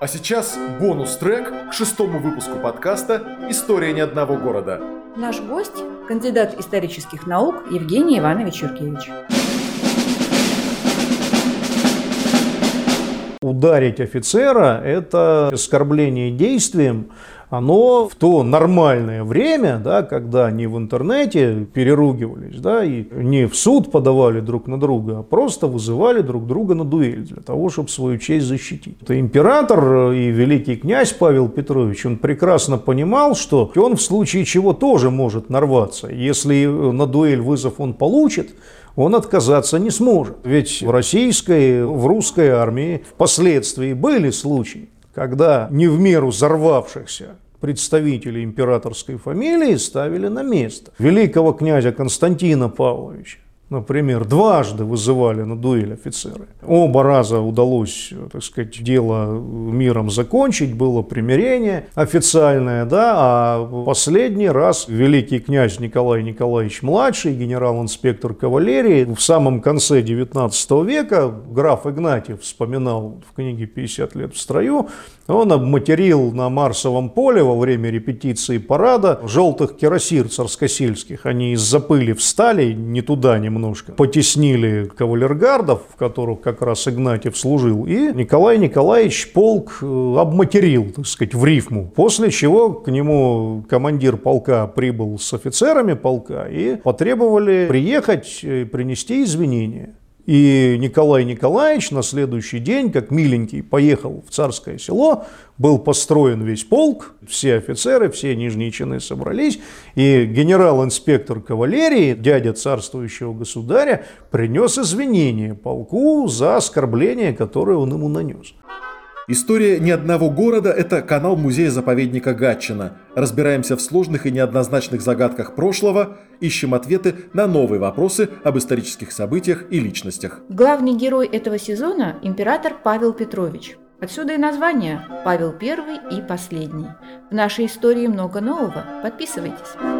А сейчас бонус-трек к 6-му выпуску подкаста «История ни одного города». Наш гость – кандидат исторических наук Евгений Иванович Юркевич. Ударить офицера – это оскорбление действием. Оно в то нормальное время, да, когда не в интернете переругивались, да, и не в суд подавали друг на друга, а просто вызывали друг друга на дуэль для того, чтобы свою честь защитить. Это император и великий князь Павел Петрович, он прекрасно понимал, что он в случае чего тоже может нарваться. Если на дуэль вызов он получит, он отказаться не сможет. Ведь в русской армии впоследствии были случаи, когда не в меру взорвавшихся представителей императорской фамилии ставили на место. Великого князя Константина Павловича, например, дважды вызывали на дуэль офицеры. Оба раза удалось, так сказать, дело миром закончить, было примирение официальное, да, а последний раз великий князь Николай Николаевич младший, генерал-инспектор кавалерии, в самом конце XIX века, граф Игнатьев вспоминал в книге «50 лет в строю», он обматерил на Марсовом поле во время репетиции парада желтых кирасир царскосельских. Они из-за пыли встали не туда немножко, потеснили кавалергардов, в которых как раз Игнатьев служил, и Николай Николаевич полк обматерил, так сказать, в рифму. После чего к нему командир полка прибыл с офицерами полка и потребовали приехать и принести извинения. И Николай Николаевич на следующий день, как миленький, поехал в Царское Село, был построен весь полк, все офицеры, все нижние чины собрались, и генерал-инспектор кавалерии, дядя царствующего государя, принес извинения полку за оскорбление, которое он ему нанес. «История ни одного города» – это канал музея-заповедника Гатчина. Разбираемся в сложных и неоднозначных загадках прошлого, ищем ответы на новые вопросы об исторических событиях и личностях. Главный герой этого сезона – император Павел Петрович. Отсюда и название «Павел I и последний». В нашей истории много нового. Подписывайтесь.